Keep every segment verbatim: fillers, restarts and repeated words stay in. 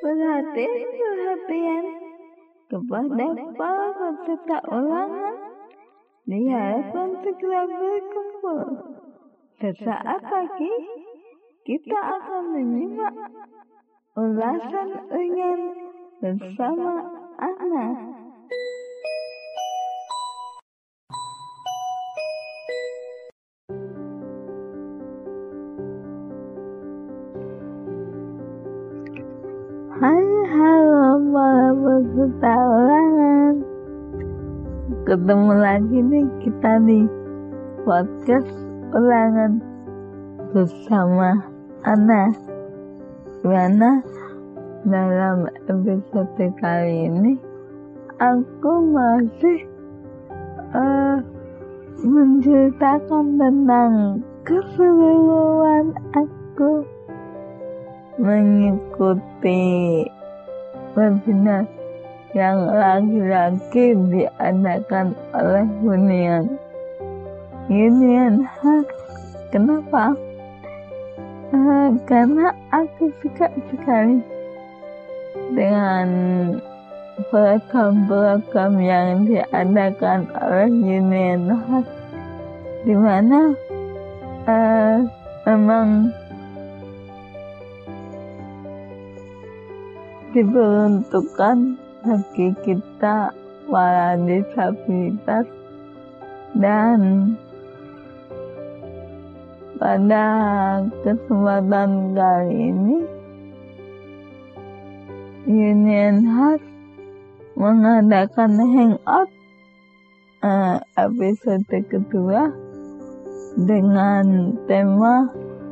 perhatian-perhatian kepada para peserta ulangan diharapkan segera berkumpul. Sesaat lagi kita akan menyimak ulasan ringan bersama Ana. Hai, halo para peserta ulangan. Ketemu lagi nih kita di podcast ulangan bersama Ana. Dimana dalam episode kali ini aku masih uh, menceritakan tentang keseruan aku mengikuti webinar yang lagi-lagi diadakan oleh Union. Union Hub. Kenapa? Uh, karena aku suka sekali dengan program-program yang diadakan oleh Union Hub, di mana uh, memang diperuntukkan bagi kita para disabilitas. Dan pada kesempatan kali ini Union House mengadakan hangout uh, episode kedua dengan tema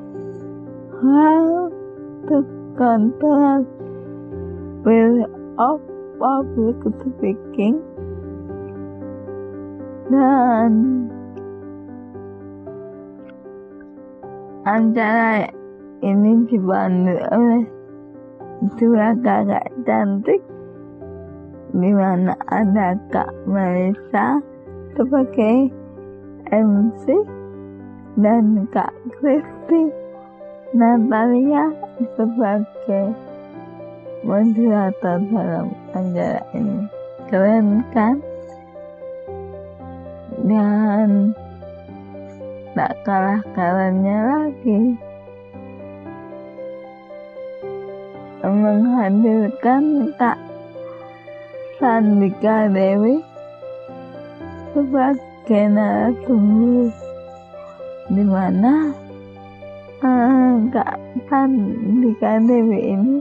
How to Control Fear of Public Speaking. Dan acara ini dibantu oleh dua kakak cantik, di mana ada Kak Melissa sebagai M C dan Kak Kristi Natalia sebagai moderator dalam acara ini. Keren kan? Dan tak kalah kerennya lagi, menghadirkan Kak Sandika Dewi sebagai narasumber, di mana uh, Kak Sandika Dewi ini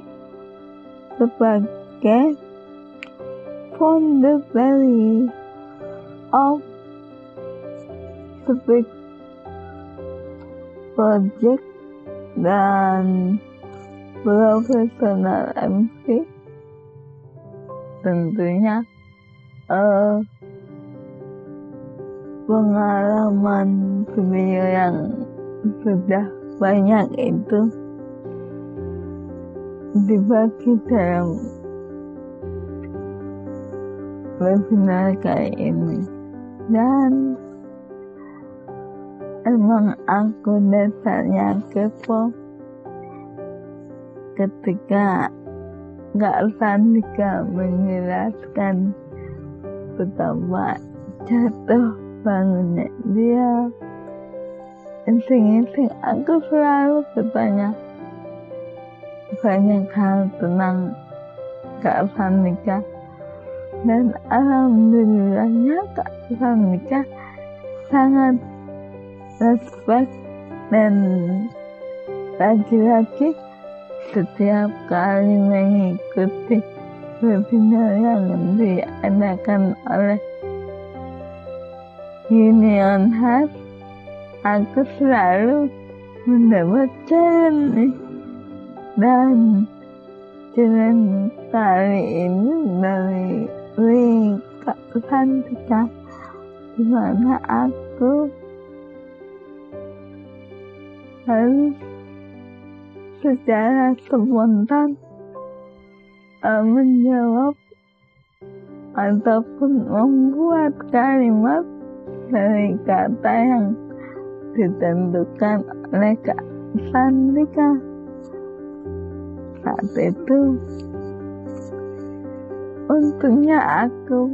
sebagai founder dari of Speak Project dan profesional M C. Tentunya uh, pengalaman beliau yang sudah banyak itu dibagi dalam webinar kali ini. Dan emang aku dasarnya kepo ketika Kak Sandika menjelaskan betapa jatuh bangunnya dia. Insting-insting aku selalu bertanya banyak hal tentang Kak Sandika, dan alhamdulillahnya Kak Sandika sangat respect, dan lagi-lagi setiap kali mengikuti webinar yang diadakan oleh Union House, aku selalu mendapat challenge. Dan challenge kali ini dari Kak Sandika, di mana aku harus secara spontan uh, menjawab ataupun membuat kalimat dari kata yang ditentukan oleh Kak Sandika. Saat itu untungnya aku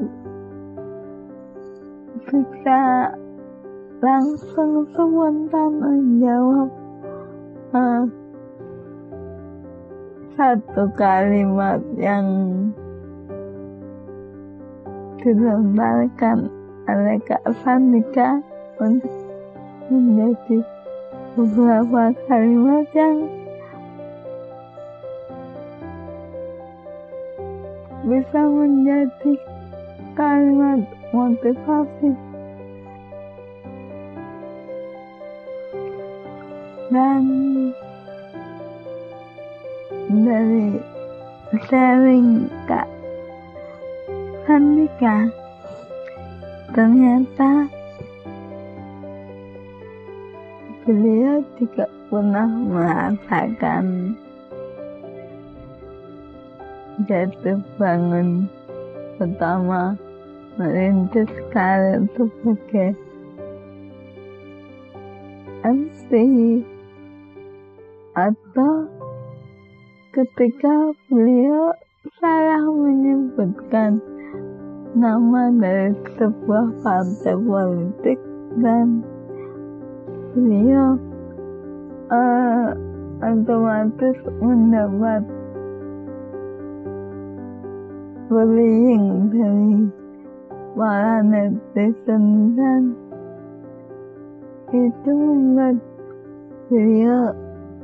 bisa langsung spontan menjawab uh, satu kalimat yang dilontarkan oleh Kak Sandika untuk menjadi beberapa kalimat yang bisa menjadi kalimat motivasi. Dan dari sharing Kak Sandika, ternyata beliau juga pernah merasakan jatuh bangun pertama merintis karir sebagai M C, atau ketika beliau salah menyebutkan nama dari sebuah partai politik dan beliau uh, otomatis mendapat bullying dari para netizen, dan itu membuat beliau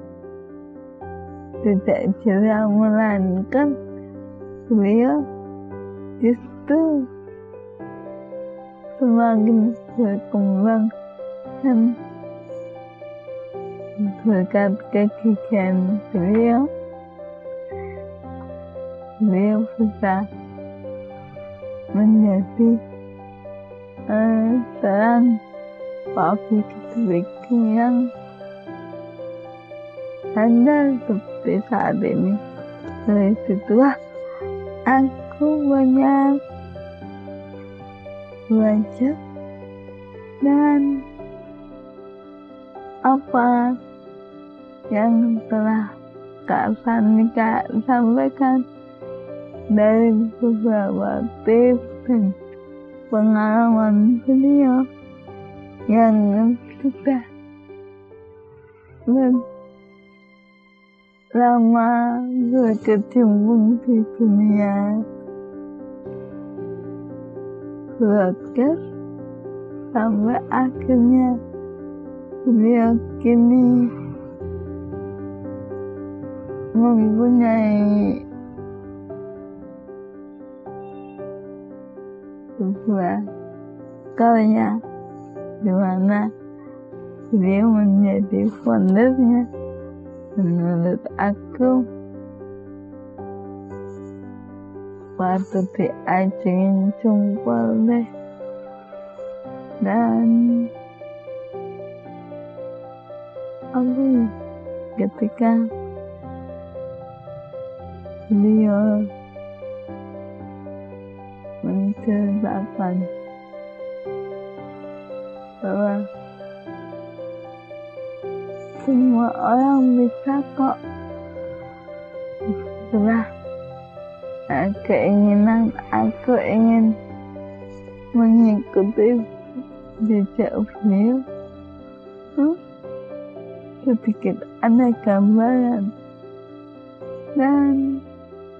tidak jerah, melainkan beliau justru semakin berkembang dan berkat kegigihan beliau, beliau bisa menjadi uh, seorang public speaking yang handal seperti saat ini. Dari situlah aku banyak belajar, dan apa yang telah Kak Sandika sampaikan dari beberapa tips dan pengalaman beliau yang sudah lama berkecimpung di dunia broadcast, sampai akhirnya beliau kini mempunyai sebuah karya di mana beliau menjadi foundernya. Menurut aku patut diacungin jempol deh. Dan apa ya, ketika beliau menceritakan bahwa semua orang bisa kok, setelah keinginan aku ingin mengikuti jejak beliau, hmm? sedikit ada gambaran, dan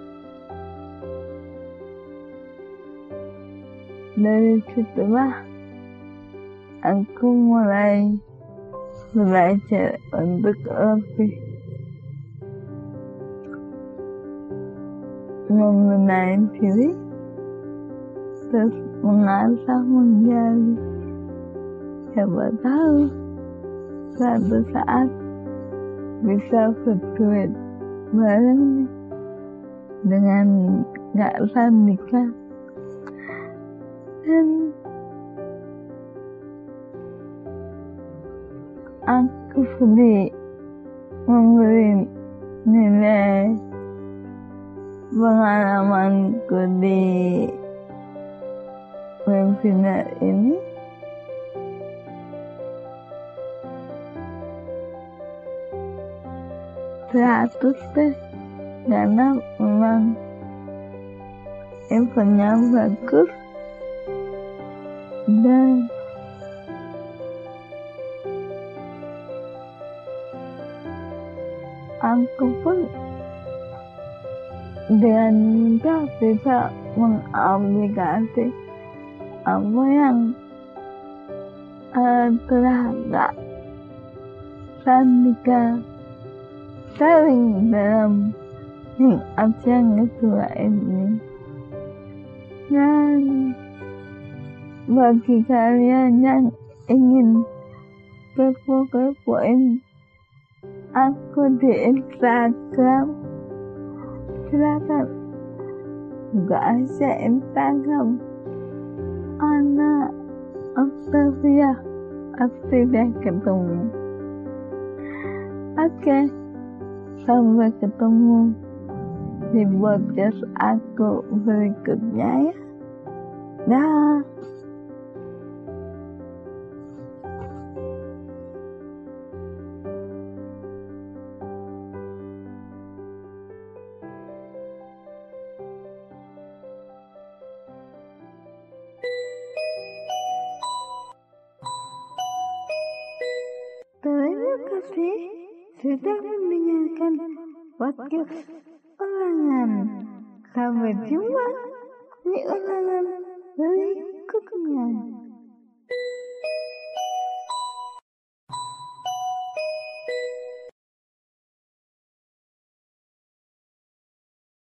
dari situlah aku mulai belajar untuk lebih membenahi diri, terus mengasah menggali. Siapa tahu suatu saat bisa berduet bareng nih dengan Kak Sandika. Dan aku beri memberi nilai pengalamanku di webinar ini seratus deh, karena memang infonya bagus dan aku pun dengan mudah bisa mengaplikasi apa yang uh, telah Kak Sandika sharing dalam hangout yang kedua ini. Dan bagi kalian yang ingin kepo-kepoin aku di Instagram, silakan buka aja Instagram Ana Octavia, pasti deh ketemu. Oke, sampai ketemu di podcast aku berikutnya ya. Dah. Terima kasih sudah mendengarkan podcast ulangan. Sampai jumpa di ulangan berikutnya.